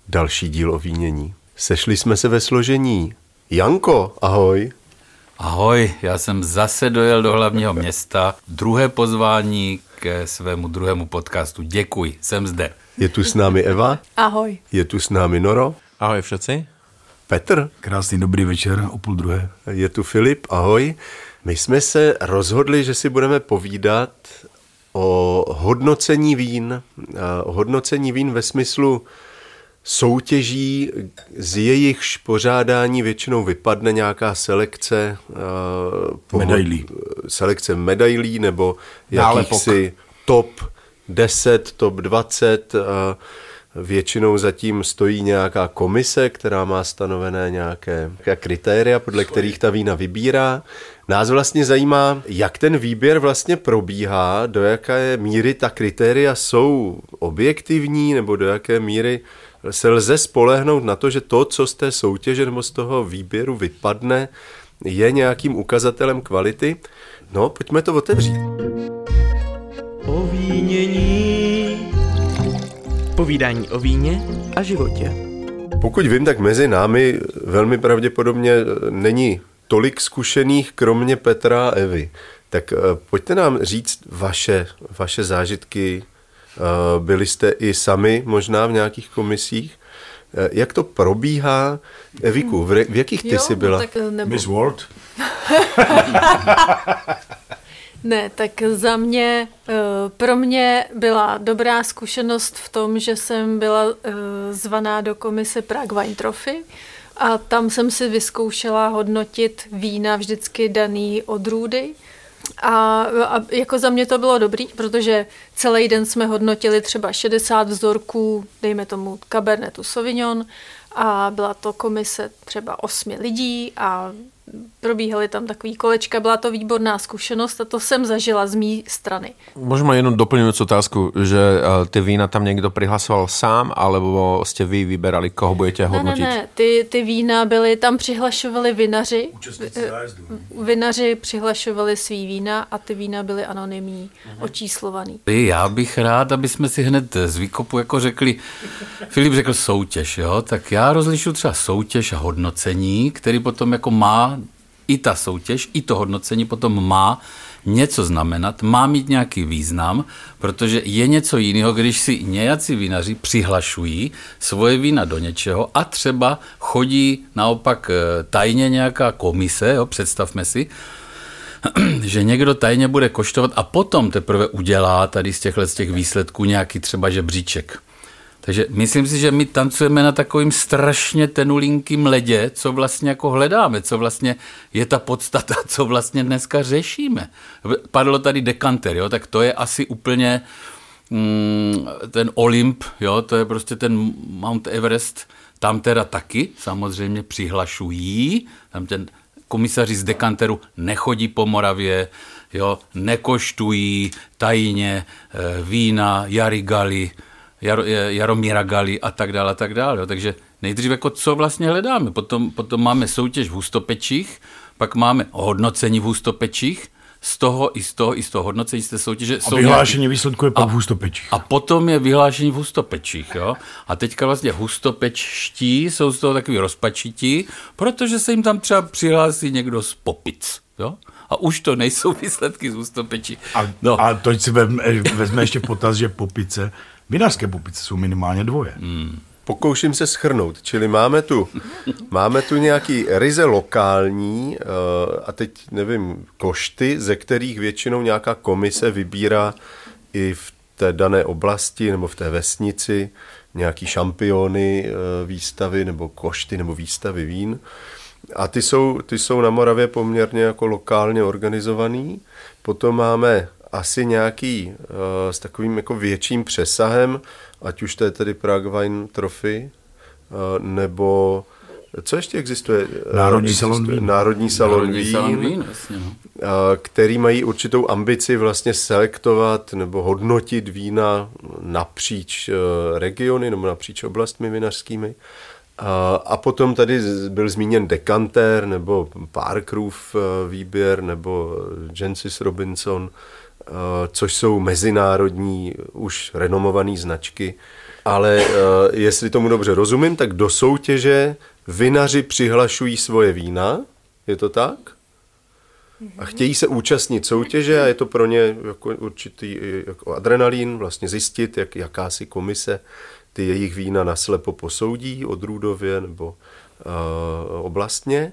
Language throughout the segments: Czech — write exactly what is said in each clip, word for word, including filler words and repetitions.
další díl o vínění. Sešli jsme se ve složení. Janko, ahoj. Ahoj, já jsem zase dojel do hlavního města. Druhé pozvání ke svému druhému podcastu. Děkuji, jsem zde. Je tu s námi Eva. Ahoj. Je tu s námi Noro. Ahoj všetci. Petr. Krásný dobrý večer, o půl druhé. Je tu Filip, ahoj. My jsme se rozhodli, že si budeme povídat o hodnocení vín. O hodnocení vín ve smyslu soutěží, z jejichž pořádání většinou vypadne nějaká selekce uh, medailí. Selekce medailí nebo jakýchsi top deset, top dvacet. Uh, většinou zatím stojí nějaká komise, která má stanovené nějaké, nějaké kritéria, podle kterých ta vína vybírá. Nás vlastně zajímá, jak ten výběr vlastně probíhá, do jaké míry ta kritéria jsou objektivní, nebo do jaké míry se lze spolehnout na to, že to, co z té soutěže nebo z toho výběru vypadne, je nějakým ukazatelem kvality. No, pojďme to otevřít. O vínění. Povídání o víně a životě. Pokud vím, tak mezi námi velmi pravděpodobně není tolik zkušených, kromě Petra a Evy. Tak pojďte nám říct vaše, vaše zážitky. Byli jste i sami možná v nějakých komisích. Jak to probíhá? Eviku, v, v jakých ty jo, jsi byla? No, tak nebo... Miss World? Ne, tak za mě, pro mě byla dobrá zkušenost v tom, že jsem byla zvaná do komise Prague Wine Trophy a tam jsem si vyzkoušela hodnotit vína vždycky daný odrůdy. A, a jako za mě to bylo dobrý, protože celý den jsme hodnotili třeba šedesát vzorků, dejme tomu Cabernetu Sauvignon, a byla to komise třeba osmi lidí a probíhaly tam takový kolečka, byla to výborná zkušenost a to jsem zažila z mý strany. Možno jednu doplňujúcu otázku, že ty vína tam někdo přihlasoval sám, alebo jste vy vyberali, koho budete hodnotit? Ne, ne, ne, ty, ty vína byly, tam přihlašovali vinaři, vinaři přihlašovali svý vína a ty vína byly anonymní, uh-huh. očíslovaný. Já bych rád, aby jsme si hned z výkopu jako řekli, Filip řekl soutěž, jo? Tak já rozlišu třeba soutěž a hodnocení, který potom jako má i ta soutěž, i to hodnocení potom má něco znamenat, má mít nějaký význam, protože je něco jiného, když si nějací vinaři přihlašují svoje vína do něčeho a třeba chodí naopak tajně nějaká komise, jo, představme si, že někdo tajně bude koštovat a potom teprve udělá tady z těchto z těch výsledků nějaký třeba žebříček. Takže myslím si, že my tancujeme na takovým strašně tenulinkým ledě, co vlastně jako hledáme, co vlastně je ta podstata, co vlastně dneska řešíme. Padlo tady dekanter, jo, tak to je asi úplně mm, ten Olymp, jo, to je prostě ten Mount Everest, tam teda taky samozřejmě přihlašují, tam ten komisaři z dekanteru nechodí po Moravě, jo, nekoštují tajně vína, Jarigali, Jaro, Jaromíra Gali a tak dále, a tak dále. Takže nejdřív jako co vlastně hledáme. Potom, potom máme soutěž v Hustopečích, pak máme hodnocení v Hustopečích, z toho i z toho i z toho hodnocení z té soutěže. A vyhlášení nějaký... výsledku je pak a, v Hustopečích. A potom je vyhlášení v Hustopečích. Jo? A teďka vlastně hustopečští jsou z toho takový rozpačití, protože se jim tam třeba přihlásí někdo z Popic. Jo? A už to nejsou výsledky z Hustopečí. A, no. a to si vezme, vezme ještě potaz, že Popice, vinařské Popice jsou minimálně dvoje. Hmm. Pokouším se shrnout, čili máme tu, máme tu nějaký ryze lokální a teď nevím, košty, ze kterých většinou nějaká komise vybírá i v té dané oblasti nebo v té vesnici nějaký šampiony výstavy nebo košty nebo výstavy vín. A ty jsou, ty jsou na Moravě poměrně jako lokálně organizovaný. Potom máme asi nějaký uh, s takovým jako větším přesahem, ať už to je tedy Prague Wine Trophy, uh, nebo co ještě existuje? Národní salon vín. Národní salon vín, vín vlastně, no. uh, který mají určitou ambici vlastně selektovat nebo hodnotit vína napříč uh, regiony nebo napříč oblastmi vinařskými. A potom tady byl zmíněn dekanter nebo Parkrův výběr nebo Jancis Robinson, což jsou mezinárodní už renomované značky. Ale uh, jestli tomu dobře rozumím, tak do soutěže vinaři přihlašují svoje vína, je to tak? A chtějí se účastnit soutěže a je to pro ně jako určitý jako adrenalin, vlastně zjistit, jak jakási komise ty jejich vína naslepo posoudí odrůdově nebo uh, oblastně.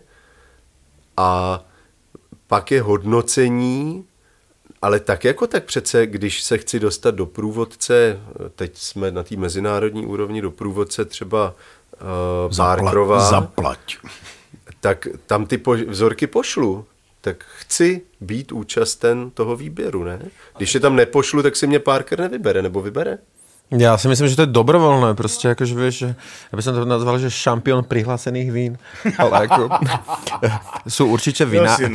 A pak je hodnocení, ale tak jako tak přece, když se chci dostat do průvodce, teď jsme na té mezinárodní úrovni, do průvodce třeba uh, Barkerova, Zaplať. Tak tam ty po, vzorky pošlu. Tak chci být účasten toho výběru, ne? Když je tam nepošlu, tak si mě Parker nevybere, nebo vybere? Já si myslím, že to je dobrovolné, prostě jakože vieš, že, ja by som to nazval, že šampión prihlásených vín, ale ako sú určite vinári,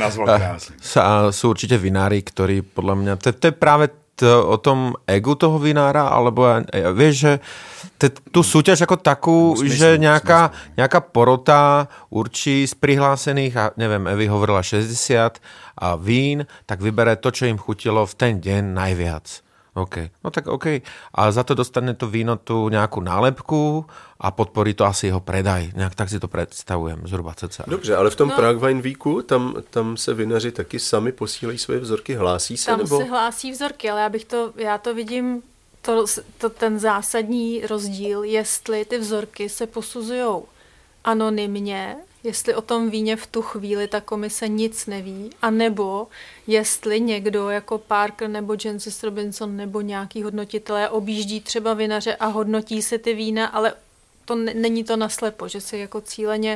sú určite vinári, ktorí podľa mňa, to, to je práve to, o tom egu toho vinára, alebo ja, ja, vieš, že te, tú súťaž ako takú, smysl, že nejaká, nejaká porota určí z prihlásených, a neviem, Evi hovorila šesťdesiat a vín, tak vybere to, čo im chutilo v ten deň najviac. OK, no tak OK. A za to dostane to víno tu nejakú nálepku a podporí to asi jeho predaj. Nejak tak si to predstavujem, zhruba cca. Dobře, ale v tom no. Prague Wine Weeku, tam, tam se vinaři taky sami posílají svoje vzorky, hlásí se? Tam nebo? se hlásí vzorky, ale já bych to, já to vidím, to, to ten zásadní rozdíl, jestli ty vzorky se posuzujou anonymně, jestli o tom víně v tu chvíli ta komise nic neví, anebo jestli někdo jako Parker nebo Jancis Robinson nebo nějaký hodnotitelé objíždí třeba vinaře a hodnotí si ty vína, ale to n- není to naslepo, že si jako cíleně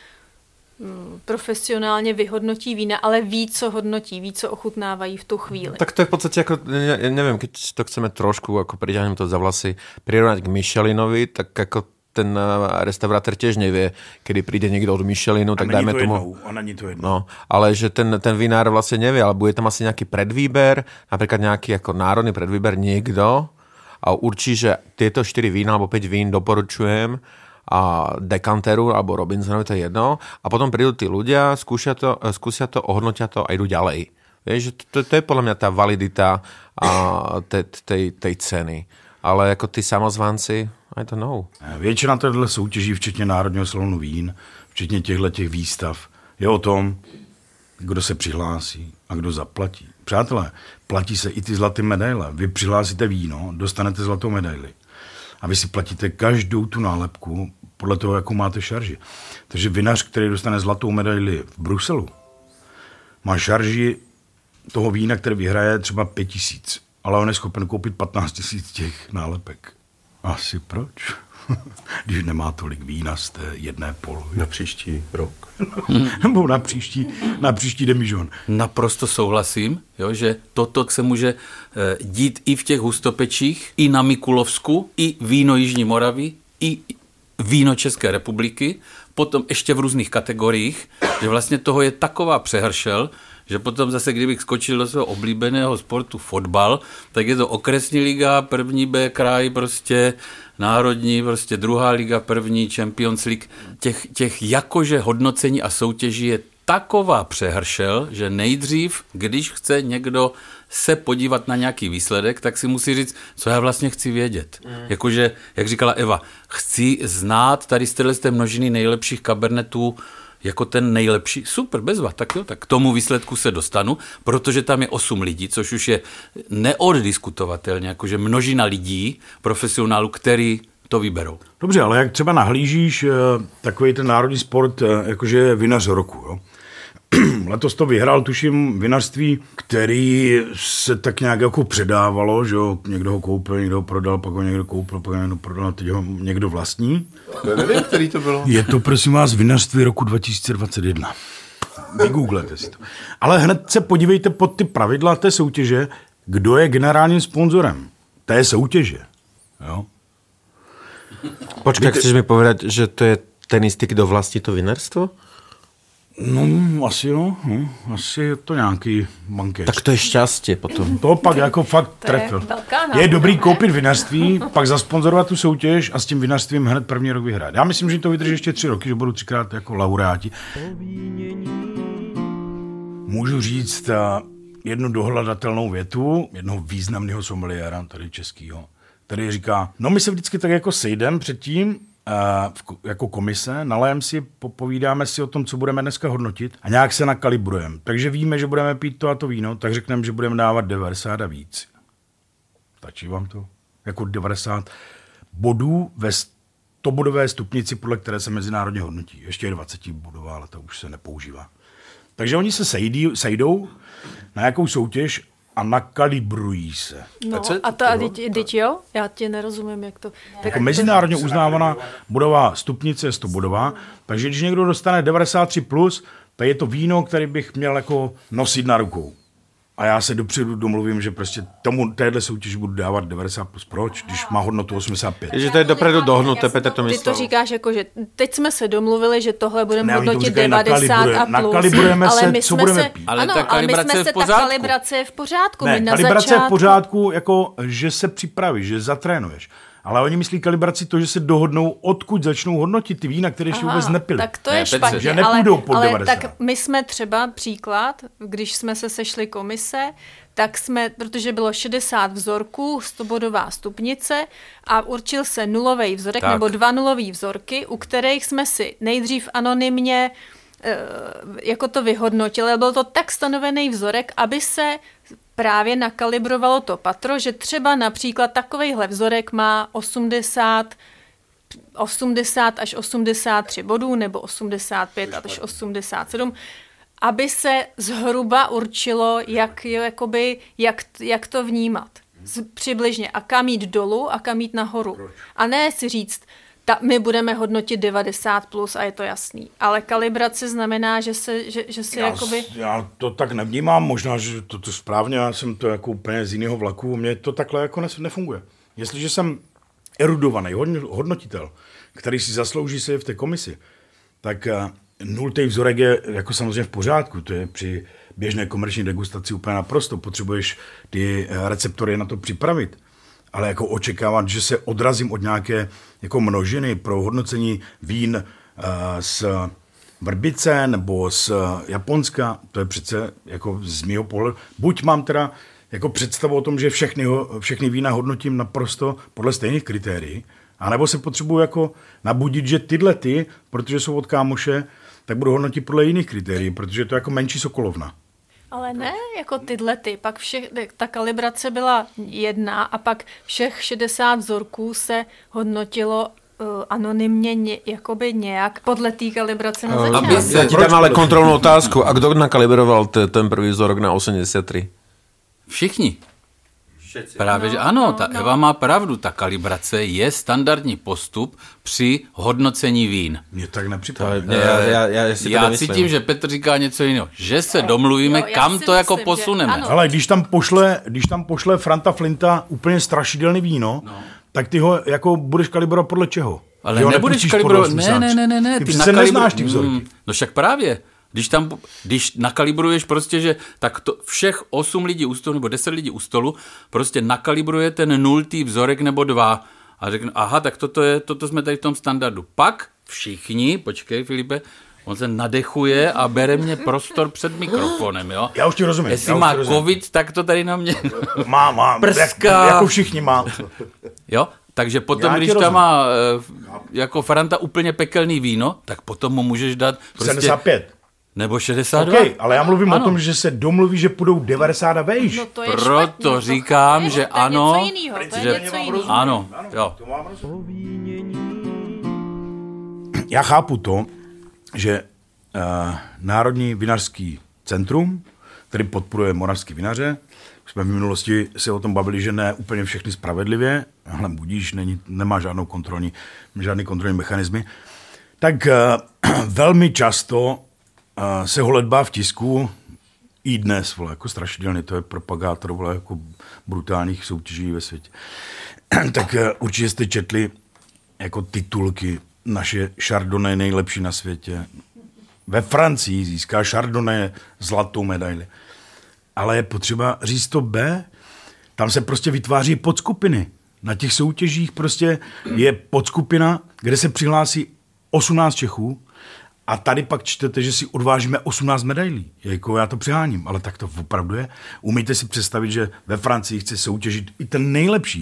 mm, profesionálně vyhodnotí vína, ale ví, co hodnotí, ví, co ochutnávají v tu chvíli. Tak to je v podstate ako, ja neviem, keď to chceme trošku, ako priťahnem to za vlasy, prirovnať k Michelinovi, tak ako ten restaurátor tiež nevie, kedy príde niekto od Michelinu, tak dajme to tomu... A není to jedno. No, ale že ten, ten vinár vlastne nevie, ale bude tam asi nejaký predvýber, napríklad nejaký ako národný predvýber niekto a určí, že tieto štyri vína alebo päť vín doporučujem a Decanteru alebo Robinsonovi, to je jedno. A potom prídu tí ľudia, skúsia to, skúsia to, ohodnotia to a idú ďalej. Vieš, že to, to je podľa mňa tá validita a tej, tej, tej ceny. Ale jako ty samozvanci, I don't know. Většina téhle soutěží, včetně Národního salonu vín, včetně těchto těch výstav, je o tom, kdo se přihlásí a kdo zaplatí. Přátelé, platí se i ty zlaté medaile. Vy přihlásíte víno, dostanete zlatou medaili. A vy si platíte každou tu nálepku podle toho, jakou máte šarži. Takže vinař, který dostane zlatou medaili v Bruselu, má šarži toho vína, který vyhraje třeba pět tisíc. Ale on je schopen koupit patnáct tisíc těch nálepek. Asi proč? Když nemá tolik vína z té jedné poloviny. Na příští rok. Nebo na příští, na příští demižon. Naprosto souhlasím, jo, že toto se může dít i v těch hustopečích, i na Mikulovsku, i víno Jižní Moravy, i víno České republiky, potom ještě v různých kategoriích, že vlastně toho je taková přehršel, že potom zase, kdybych skočil do svého oblíbeného sportu fotbal, tak je to okresní liga, první B kraj, prostě národní, prostě druhá liga, první Champions League. Těch, těch jakože hodnocení a soutěží je taková přehršel, že nejdřív, když chce někdo se podívat na nějaký výsledek, tak si musí říct, co já vlastně chci vědět. Mm. Jakože, jak říkala Eva, chci znát tady z téhle množiny nejlepších kabernetů jako ten nejlepší, super, bezva, tak jo, tak k tomu výsledku se dostanu, protože tam je osm lidí, což už je neoddiskutovatelně, jakože množina lidí, profesionálů, který to vyberou. Dobře, ale jak třeba nahlížíš takový ten národní sport, jakože vinař roku, jo? Letos to vyhrál, tuším, vinařství, který se tak nějak jako předávalo, že jo, někdo ho koupil, někdo ho prodal, pak ho někdo koupil, pak ho někdo prodal, teď ho někdo vlastní. Já nevím, který to bylo. Je to, prosím vás, vinařství roku dva tisíce dvacet jedna. Vygooglete si to. Ale hned se podívejte pod ty pravidla té soutěže, kdo je generálním sponzorem té soutěže. Jo? Počkej, chceš mi povedať, že to je ten istý, kdo vlastní to vinárstvo? No, asi jo, no, asi je to nějaký bankéř. Tak to je šťastie potom. To pak jako fakt trefil. Je, je dobrý koupit vinařství, pak zasponzorovat tu soutěž a s tím vinařstvím hned první rok vyhrát. Já myslím, že to vydrží ještě tři roky, že budu třikrát jako laureáti. Můžu říct jednu dohledatelnou větu, jednoho významného sommeliéra, tady českýho. který říká, no my se vždycky tak jako sejdeme předtím, uh, jako komise, nalejeme si, popovídáme si o tom, co budeme dneska hodnotit a nějak se nakalibrujeme. Takže víme, že budeme pít to a to víno, tak řekneme, že budeme dávat devadesát a víc. Stačí vám to? Jako devadesát bodů ve stobodové stupnici, podle které se mezinárodně hodnotí. Ještě je dvacet bodová, ale to už se nepoužívá. Takže oni se sejdí, sejdou na jakou soutěž a nakalibrují se. No, a to a teď jo? Já ti nerozumím, jak to... Jako mezinárodně uznávaná bodová stupnice je sto bodová, takže když někdo dostane devadesát tři plus, tak je to víno, který bych měl jako nosit na rukou. A já se dopředu domluvím, že prostě tomu téhle soutěži budu dávat devadesát plus. Proč? Když má hodnotu osmdesát pět. Že to je dopředu dohnuté, Petr to myslel. Ty to říkáš jako, že teď jsme se domluvili, že tohle budeme hodnotit devadesát a plus. Nakalibrujeme se, co budeme se, pít. Ale ano, ta kalibrace je v pořádku. Ta kalibrace je v pořádku. Ne, My kalibrace začátku... je v pořádku, jako, že se připravíš, že zatrénuješ. Ale oni myslí kalibraci to, že se dohodnou, odkud začnou hodnotit ty vína, které ještě vůbec nepily. Tak to ne, je špatně, že nepůjdou pod ale, devadesát. tak my jsme třeba příklad, když jsme se sešli komise, tak jsme, protože bylo šedesát vzorků, stobodová stupnice a určil se nulový vzorek tak. nebo dva nulový vzorky, u kterých jsme si nejdřív anonymně jako to vyhodnotili, ale byl to tak stanovený vzorek, aby se právě nakalibrovalo to patro, že třeba například takovejhle vzorek má osmdesát, osmdesát až osmdesát tři bodů nebo osmdesát pět až osmdesát sedm, aby se zhruba určilo, jak, jakoby, jak, jak to vnímat. Z, přibližně. A kam jít dolů a kam jít nahoru. A ne si říct, ta, my budeme hodnotit devadesát plus a je to jasný. Ale kalibrace znamená, že se, že, že si já, jakoby... Já to tak nevnímám, možná, že to, to správně, já jsem to jako úplně z jiného vlaku, mně to takhle jako nefunguje. Jestliže jsem erudovaný hodnotitel, který si zaslouží se v té komisi, tak nultý vzorek je jako samozřejmě v pořádku, to je při běžné komerční degustaci úplně naprosto, potřebuješ ty receptory na to připravit. Ale jako očekávat, že se odrazím od nějaké jako množiny pro hodnocení vín uh, z Vrbice nebo z Japonska, to je přece jako z mýho pohledu. Buď mám teda jako představu o tom, že všechny, všechny vína hodnotím naprosto podle stejných kritérií, anebo se potřebuji jako nabudit, že tyhle ty, protože jsou od kámoše, tak budu hodnotit podle jiných kritérií, protože je to jako menší sokolovna. Ale ne, jako tyhle ty. Pak všech, ta kalibrace byla jedna a pak všech šedesát vzorků se hodnotilo uh, anonymně ně, jakoby nějak podle té kalibrace na začátku. Já ti tam ale kontrolnou otázku. A kdo nakalibroval t- ten první vzorok na osmdesát tři? Všichni. Právě, no, že ano, ta no. Eva má pravdu, ta kalibrace je standardní postup při hodnocení vín. Mě tak nepřipadá. Já, já, já, já cítím, že Petr říká něco jiného, že se domluvíme, jo, kam to jako myslím, posuneme. Ale když tam pošle, když tam pošle Franta Flinta úplně strašidelný víno, no. tak ty ho jako budeš kalibrovat podle čeho? Ale nebudeš kalibrovat, ne, ne, ne, ne, ne. Ty, ty přece nakalibru... neznáš ty vzorky. Mm, no však právě. Když tam, když nakalibruješ prostě, že tak to všech osm lidí u stolu nebo deset lidí u stolu prostě nakalibruje ten nultý vzorek nebo dva a řekne, aha, tak toto, je, toto jsme tady v tom standardu. Pak všichni, počkej Filipe, on se nadechuje a bere mě prostor před mikrofonem, jo. Já už ti rozumím. Jestli má rozumím. covid, tak to tady na mě má, má, prská. Jak, jako všichni má. Jo, takže potom, já když tam má jako Franta úplně pekelný víno, tak potom mu můžeš dát prostě... sedmdesát pět. Nebo šedesát dva. Okay, ale já mluvím ano. o tom, že se domluví, že půjdou devadesát a vejš. No to je Proto špatně, říkám, to, že to ano. To je něco jinýho, to je něco jinýho. Ano, jo. Já chápu to, že uh, Národní vinařský centrum, který podporuje moravský vinaře, jsme v minulosti si o tom bavili, že ne úplně všechny spravedlivě, ale budíš, není, nemá žádnou kontrolní, žádný kontrolní mechanismy, tak uh, velmi často uh, se holedbá v tisku i dnes, vole, jako strašidelně, to je propagátor, vole, jako brutálních soutěží ve světě. Tak uh, určitě jste četli jako titulky, naše Chardonnay nejlepší na světě. Ve Francii získá Chardonnay zlatou medaili. Ale je potřeba říct to B, tam se prostě vytváří podskupiny. Na těch soutěžích prostě je podskupina, kde se přihlásí osmnáct Čechů a tady pak čtete, že si odvážíme osmnáct medailí. Jako já to přiháním, ale tak to opravdu je. Umíte si představit, že ve Francii chce soutěžit i ten nejlepší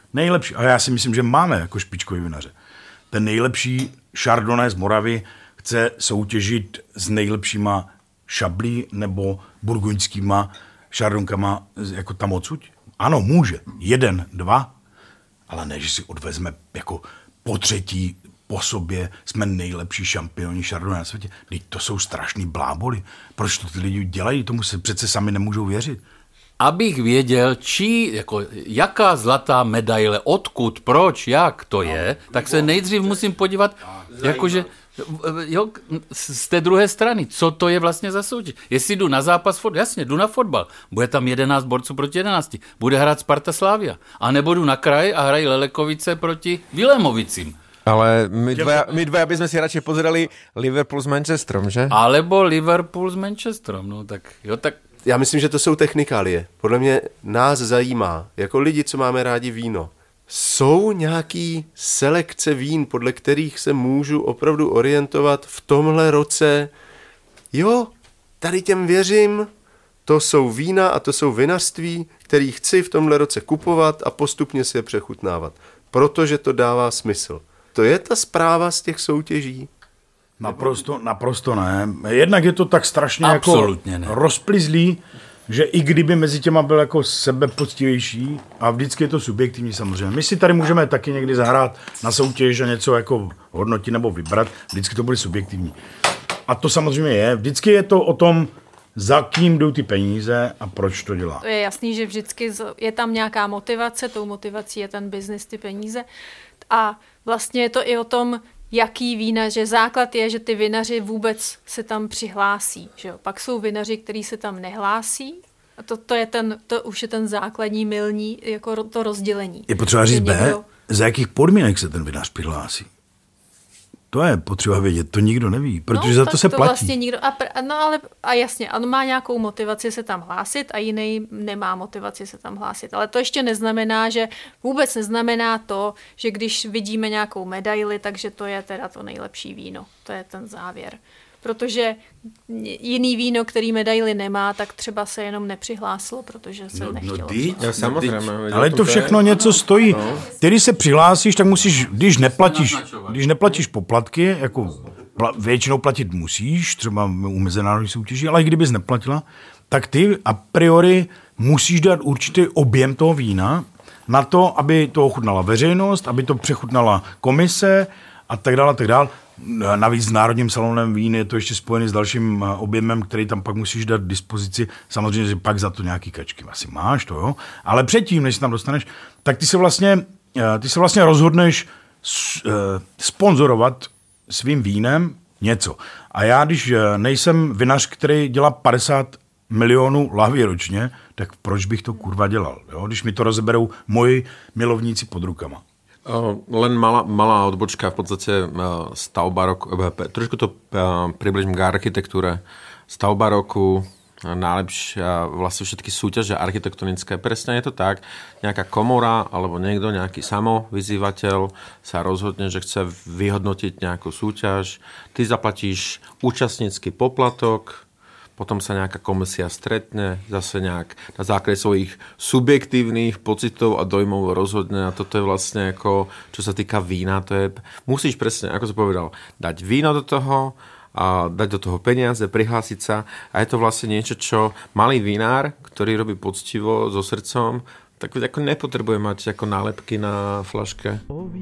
Nejlepší, a já si myslím, že máme jako špičkový vinaře. Ten nejlepší Chardonnay z Moravy chce soutěžit s nejlepšíma Chablis nebo burgundskýma šardonkama jako tam odsud? Ano, může. Jeden, dva, ale ne, že si odvezme jako po třetí po sobě jsme nejlepší šampioni Chardonnay na světě. Teď to jsou strašný bláboli. Proč to ty lidi dělají? Tomu se přece sami nemůžou věřit. Abych věděl, čí, jako, jaká zlatá medaile, odkud, proč, jak to je, tak se nejdřív musím podívat, jakože, jo, z té druhé strany, co to je vlastně za soutěž. Jestli jdu na zápas, fot, jasně, jdu na fotbal, bude tam jedenáct borců proti jedenácti, bude hrát Sparta Slavia, a nebo jdu na kraj a hrají Lelekovice proti Vilémovicím. Ale my dva, my dva, aby sme si radšej pozerali Liverpool s Manchesterom, že? Alebo Liverpool s Manchesterom, no tak jo, tak já myslím, že to jsou technikálie. Podle mě nás zajímá, jako lidi, co máme rádi víno, jsou nějaký selekce vín, podle kterých se můžu opravdu orientovat v tomhle roce. Jo, tady těm věřím, to jsou vína a to jsou vinařství, který chci v tomhle roce kupovat a postupně si je přechutnávat. Protože to dává smysl. To je ta zpráva z těch soutěží. Naprosto, naprosto ne. Jednak je to tak strašně absolutně jako ne. rozplizlý, že i kdyby mezi těma byl jako sebepoctivější, a vždycky je to subjektivní samozřejmě. My si tady můžeme taky někdy zahrát na soutěž a něco jako hodnotit nebo vybrat, vždycky to bude subjektivní. A to samozřejmě je. Vždycky je to o tom, za kým jdou ty peníze a proč to dělá. To je jasný, že vždycky je tam nějaká motivace, tou motivací je ten biznis, ty peníze. A vlastně je to i o tom, jaký vína, že základ je, že ty vinaři vůbec se tam přihlásí. Že jo? Pak jsou vinaři, kteří se tam nehlásí. A to, to, je ten, to už je ten základní milní, jako to rozdělení. Je potřeba říct B, někdo... za jakých podmínek se ten vinař přihlásí. To je potřeba vědět, to nikdo neví, protože no, za to se to platí. Vlastně nikdo, a, pr, no ale, a jasně, on má nějakou motivaci se tam hlásit a jiný nemá motivaci se tam hlásit. Ale to ještě neznamená, že vůbec neznamená to, že když vidíme nějakou medaili, takže to je teda to nejlepší víno. To je ten závěr. Protože jiný víno, který medaili nemá, tak třeba se jenom nepřihlásilo, protože se no, nechtělo. No, dý, ja, samozrejme. ale to všechno něco stojí. No. Když se přihlásíš, tak musíš, když neplatíš, když neplatíš poplatky, jako pla, většinou platit musíš, třeba u mezinárodních soutěží, ale i kdybys neplatila, tak ty a priori musíš dát určitý objem toho vína na to, aby to ochutnala veřejnost, aby to přechutnala komise a tak dále, a tak dále. Navíc s Národním salonem vín je to ještě spojený s dalším objemem, který tam pak musíš dát dispozici. Samozřejmě, že pak za to nějaký kačky asi máš, to jo. Ale předtím, než se tam dostaneš, tak ty se vlastně, ty se vlastně rozhodneš sponzorovat svým vínem něco. A já, když nejsem vinař, který dělá padesát milionů lahví ročně, tak proč bych to kurva dělal, jo? Když mi to rozeberou moji milovníci pod rukama. Len malá, malá odbočka, v podstate stavba roku, trošku to približím k architektúre. Stavba roku, najlepšia, vlastne všetky súťaže architektonické, presne je to tak, nejaká komora alebo niekto, nejaký samovyzývateľ sa rozhodne, že chce vyhodnotiť nejakú súťaž, ty zaplatíš účastnícky poplatok, potom sa nejaká komisia stretne, zase nejak na základe svojich subjektívnych pocitov a dojmov rozhodne a toto je vlastne ako, čo sa týka vína, to je, musíš presne, ako som povedal, dať víno do toho a dať do toho peniaze, prihlásiť sa a je to vlastne niečo, čo malý vinár, ktorý robí poctivo, so srdcom, tak ako nepotrebuje mať ako nálepky na flaške.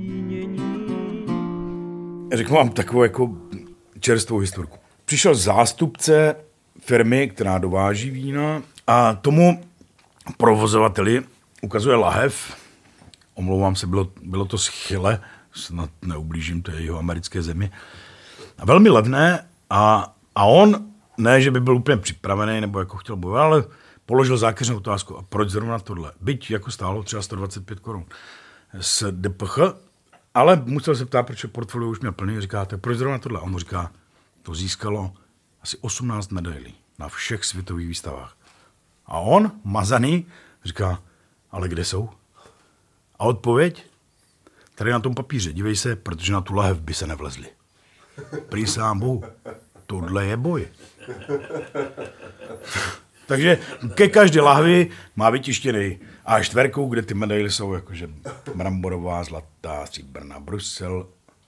Řeknu vám takovou jako čerstvou historku. Přišel zástupce firmy, která dováží vína a tomu provozovateli ukazuje lahev. Omlouvám se, bylo, bylo to z Chile, snad neublížím té jeho americké zemi. A velmi levné a, a on, ne, že by byl úplně připravený nebo jako chtěl bojovat, ale položil zákeřnou otázku. A proč zrovna tohle? Byť jako stálo třeba sto dvacet pět korun z D P Ch, ale musel se ptát, proč portfolio už měl plný. Říká, tak proč zrovna tohle? A on mu říká, to získalo asi osmnáct medailí na všech světových výstavách. A on, mazaný, říká, ale kde jsou? A odpověď? Tady na tom papíře, dívej se, protože na tu lahev by se nevlezli. Prý sám Bohu, tohle je boj. Takže ke každé lahvi má vytištěný á čtyři, kde ty medaily jsou jakože bramborová, zlatá, stříbrná, Brusel,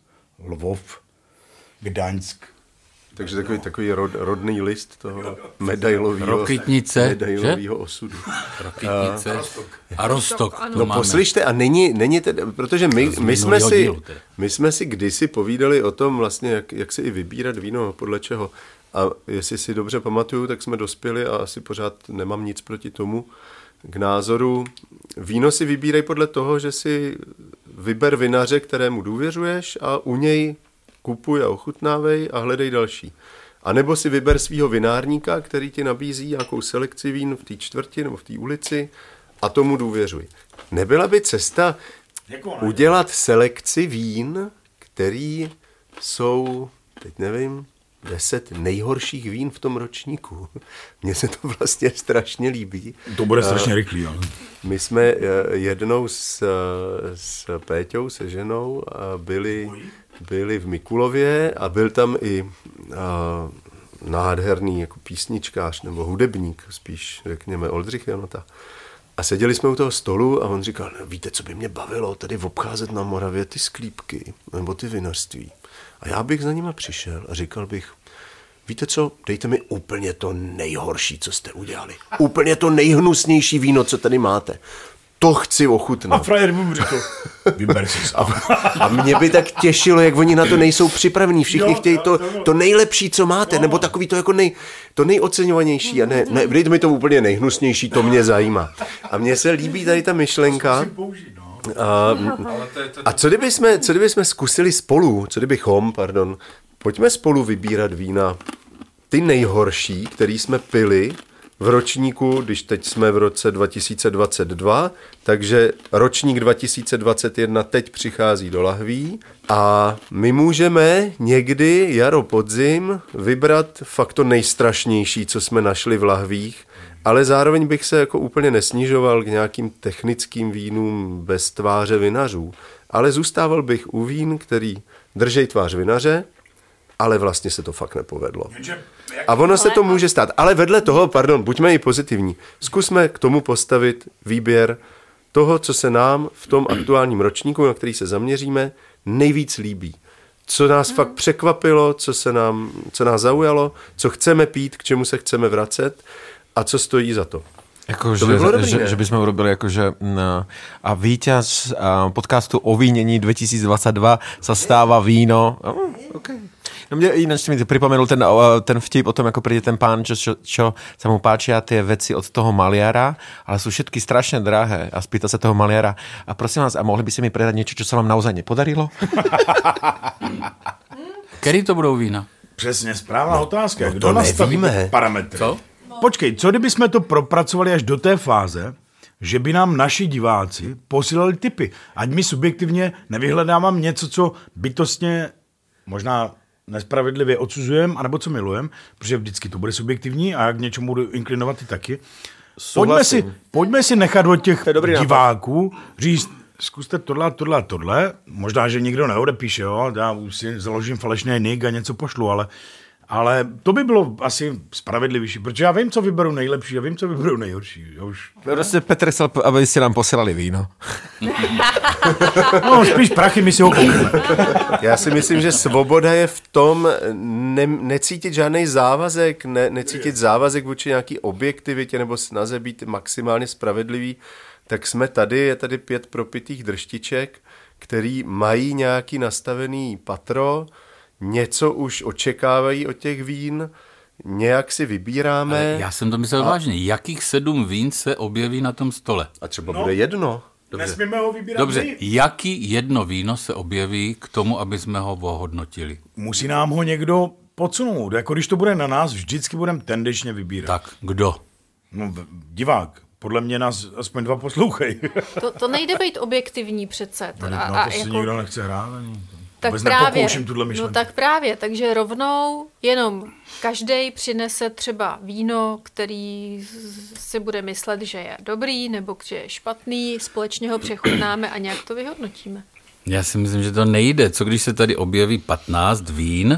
Lvov, Gdaňsk. Takže takový, takový rod, rodný list toho medailového, Rokitnice, medailového osudu. Rokitnice a, a Rostok. No poslyšte, a není, není tedy, protože my, my, jsme si, my jsme si kdysi povídali o tom vlastně, jak, jak si i vybírat víno, podle čeho. A jestli si dobře pamatuju, tak jsme dospěli a asi pořád nemám nic proti tomu k názoru. Víno si vybírej podle toho, že si vyber vinaře, kterému důvěřuješ a u něj kupuj a ochutnávej a hledej další. A nebo si vyber svýho vinárníka, který ti nabízí nějakou selekci vín v té čtvrti nebo v té ulici a tomu důvěřuj. Nebyla by cesta udělat selekci vín, který jsou, teď nevím, deset nejhorších vín v tom ročníku. Mně se to vlastně strašně líbí. To bude strašně rychlý. Ale. My jsme jednou s, s Péťou, se ženou, byli, byli v Mikulově a byl tam i a, nádherný jako písničkář nebo hudebník, spíš řekněme Oldřich Janota. A seděli jsme u toho stolu a on říkal, no, víte, co by mě bavilo, tady obcházet na Moravě ty sklípky nebo ty vinařství. A já bych za nima přišel a říkal bych, víte co, dejte mi úplně to nejhorší, co jste udělali. Úplně to nejhnusnější víno, co tady máte. To chci ochutnat. A frajer mu řekl, vyber si sám. A mě by tak těšilo, jak oni na to nejsou připravení. Všichni jo, chtějí to, to nejlepší, co máte, jo. Nebo takový to jako nej, to nejoceňovanější. A ne, ne, dejte mi to úplně nejhnusnější, to mě zajímá. A mně se líbí tady ta myšlenka. A, a co kdyby jsme, co kdyby jsme zkusili spolu, co kdybychom, pardon, pojďme spolu vybírat vína, ty nejhorší, který jsme pili v ročníku, když teď jsme v roce dva tisíce dvacet dva, takže ročník dva tisíce dvacet jedna teď přichází do lahví a my můžeme někdy jaro, podzim vybrat fakt to nejstrašnější, co jsme našli v lahvích, ale zároveň bych se jako úplně nesnižoval k nějakým technickým vínům bez tváře vinařů, ale zůstával bych u vín, který držej tvář vinaře, ale vlastně se to fakt nepovedlo. A ono se to může stát. Ale vedle toho, pardon, buďme i pozitivní. Zkusme k tomu postavit výběr toho, co se nám v tom aktuálním ročníku, na který se zaměříme, nejvíc líbí. Co nás hmm. fakt překvapilo, co se nám, co nás zaujalo, co chceme pít, k čemu se chceme vracet a co stojí za to. Jako, že, by dobrý, že, že bychom urobili jakože no, a víťaz a podcastu o vínění dvetisícdvadsaťdva sa stáva víno. Oh, okay. No mne ináč mi pripomenul ten, ten vtip o tom, ako príde ten pán, čo, čo, čo sa mu páčia tie veci od toho maliara, ale sú všetky strašne drahé a spýta sa toho maliara a prosím vás, a mohli by ste mi predať niečo, čo sa vám naozaj nepodarilo? Kedy to budou vína? Přesně, správná no, otázka. No Kdo nastaví parametry? Co? Počkej, co kdyby jsme to propracovali až do té fáze, že by nám naši diváci posílali tipy. Ať my subjektivně nevyhledávám něco, co bytostně možná nespravedlivě odsuzujeme, anebo co milujeme, protože vždycky to bude subjektivní a jak k něčemu budu inklinovat i taky. Pojďme si, pojďme si nechat od těch diváků říct, zkuste tohle, tohle, tohle. Možná, že nikdo neodepíše, jo? Já si založím falešný nick a něco pošlu, ale Ale to by bylo asi spravedlivější, protože já vím, co vyberu nejlepší, já vím, co vyberu nejhorší. Já už... Prostě Petr chcel, aby si nám posílali víno. No, spíš prachy, my si ho koupíme. Já si myslím, že svoboda je v tom ne, necítit žádný závazek, ne, necítit závazek vůči nějaký objektivitě nebo snaze být maximálně spravedlivý, tak jsme tady, je tady pět propitých drštiček, který mají nějaký nastavený patro, něco už očekávají od těch vín, nějak si vybíráme. Ale já jsem to myslel a... vážně. Jakých sedm vín se objeví na tom stole? A třeba no, bude jedno. Dobře. Nesmíme ho vybírat. Dobře, my. Jaký jedno víno se objeví k tomu, aby jsme ho ohodnotili? Musí nám ho někdo podsunout. Jako když to bude na nás, vždycky budeme tendenčně vybírat. Tak, kdo? No, divák. Podle mě nás aspoň dva poslouchají. To, to nejde být objektivní přece. No, a, no, to si jako... nikdo nechce hrát ani. Tak právě, no tak právě, takže rovnou jenom každej přinese třeba víno, který si bude myslet, že je dobrý nebo že je špatný, společně ho přechutnáme a nějak to vyhodnotíme. Já si myslím, že to nejde. Co když se tady objeví patnáct vín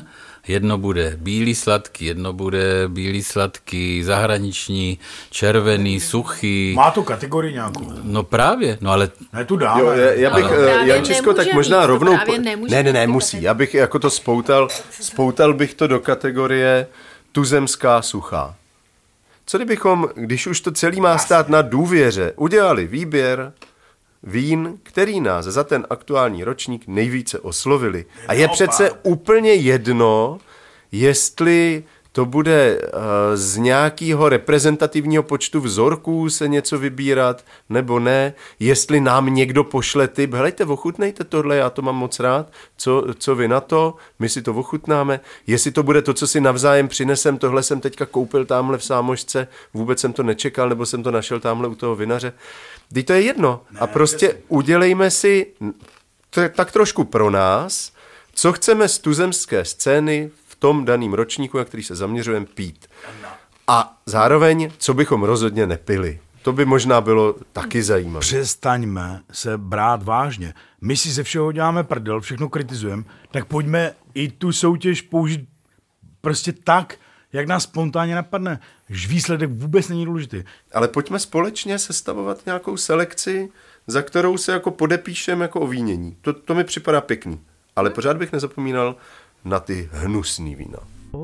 Jedno bude bílý sladký, jedno bude bílý sladký, zahraniční, červený, suchý. Má to kategorii nějakou? No právě, no ale... Ne, tu dáme. Jo, já bych, Jančisko, tak možná rovnou... Po... Ne, ne, ne, musí. Kategorii. Já bych jako to spoutal, spoutal bych to do kategorie tuzemská suchá. Co kdybychom, když už to celý má stát na důvěře, udělali výběr vín, který nás za ten aktuální ročník nejvíce oslovili. A je přece úplně jedno, jestli to bude uh, z nějakého reprezentativního počtu vzorků se něco vybírat, nebo ne, jestli nám někdo pošle tip, helejte, ochutnejte tohle, já to mám moc rád, co, co vy na to, my si to ochutnáme, jestli to bude to, co si navzájem přinesem, tohle jsem teďka koupil tamhle v Sámošce, vůbec jsem to nečekal, nebo jsem to našel tamhle u toho vinaře. Teď to je jedno. A prostě udělejme si tak trošku pro nás, co chceme z tuzemské scény v tom daném ročníku, na který se zaměřujeme, pít. A zároveň, co bychom rozhodně nepili. To by možná bylo taky zajímavé. Přestaňme se brát vážně. My si ze všeho děláme prdel, všechno kritizujeme, tak pojďme i tu soutěž použít prostě tak, jak nás spontánně napadne. Výsledek vůbec není důležitý. Ale pojďme společně sestavovat nějakou selekci, za kterou se jako podepíšeme jako ovínění. To, to mi připadá pěkný. Ale pořád bych nezapomínal na ty hnusný vína.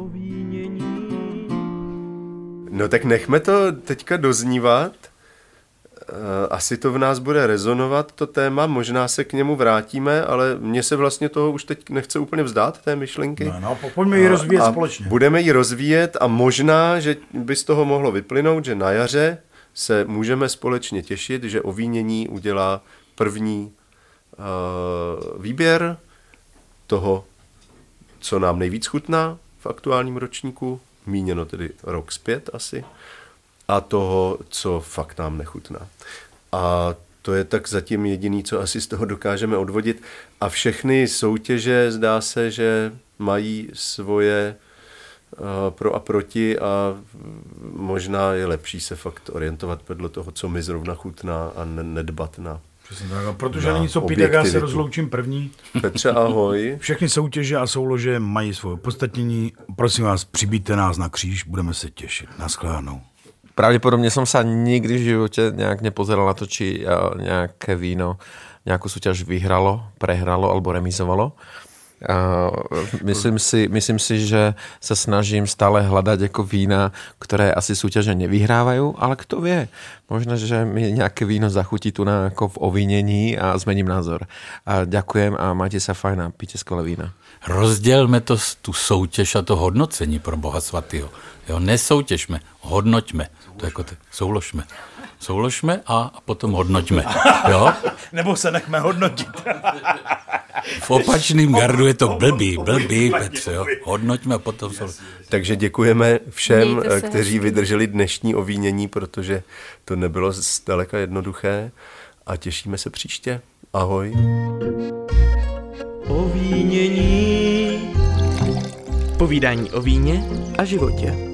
No tak nechme to teďka doznívat. Asi to v nás bude rezonovat, to téma, možná se k němu vrátíme, ale mně se vlastně toho už teď nechce úplně vzdát, té myšlenky. No, no pojďme ji rozvíjet a, společně. A budeme ji rozvíjet a možná, že by z toho mohlo vyplynout, že na jaře se můžeme společně těšit, že ovínění udělá první uh, výběr toho, co nám nejvíc chutná v aktuálním ročníku, míněno tedy rok zpět asi, a toho, co fakt nám nechutná. A to je tak zatím jediný, co asi z toho dokážeme odvodit. A všechny soutěže zdá se, že mají svoje uh, pro a proti a možná je lepší se fakt orientovat podle toho, co mi zrovna chutná a ne- nedbat na Přesně tak, protože není co pít, tak já se rozloučím první. Petře, ahoj. Všechny soutěže a soulože mají svoje opodstatnění. Prosím vás, přibíjte nás na kříž, budeme se těšit. Naschledanou. Pravdepodobne som sa nikdy v živote nejak nepozeral na to, či nejaké víno nejakú súťaž vyhralo, prehralo alebo remizovalo. Uh, myslím, si, myslím si, že sa snažím stále hľadať ako vína, ktoré asi súťaže nevyhrávajú, ale kto vie, možno, že mi nejaké víno zachutí tu na ako v ovínení a zmením názor. A ďakujem a majte sa fajn a píte skvelé vína. Rozdělme to, tu soutěž a to hodnocení pro Boha svatýho. Jo, nesoutěžme, hodnoťme. To jako te, souložme. Souložme a potom hodnoťme. Jo? Nebo se nechme hodnotit. V opačným gardu je to blbý, blbý, Petře, jo. Hodnoťme a potom jsou... Takže děkujeme všem, kteří vydrželi dnešní ovínění, protože to nebylo zdaleka jednoduché a těšíme se příště. Ahoj. Ovínění. Povídání o víně a životě.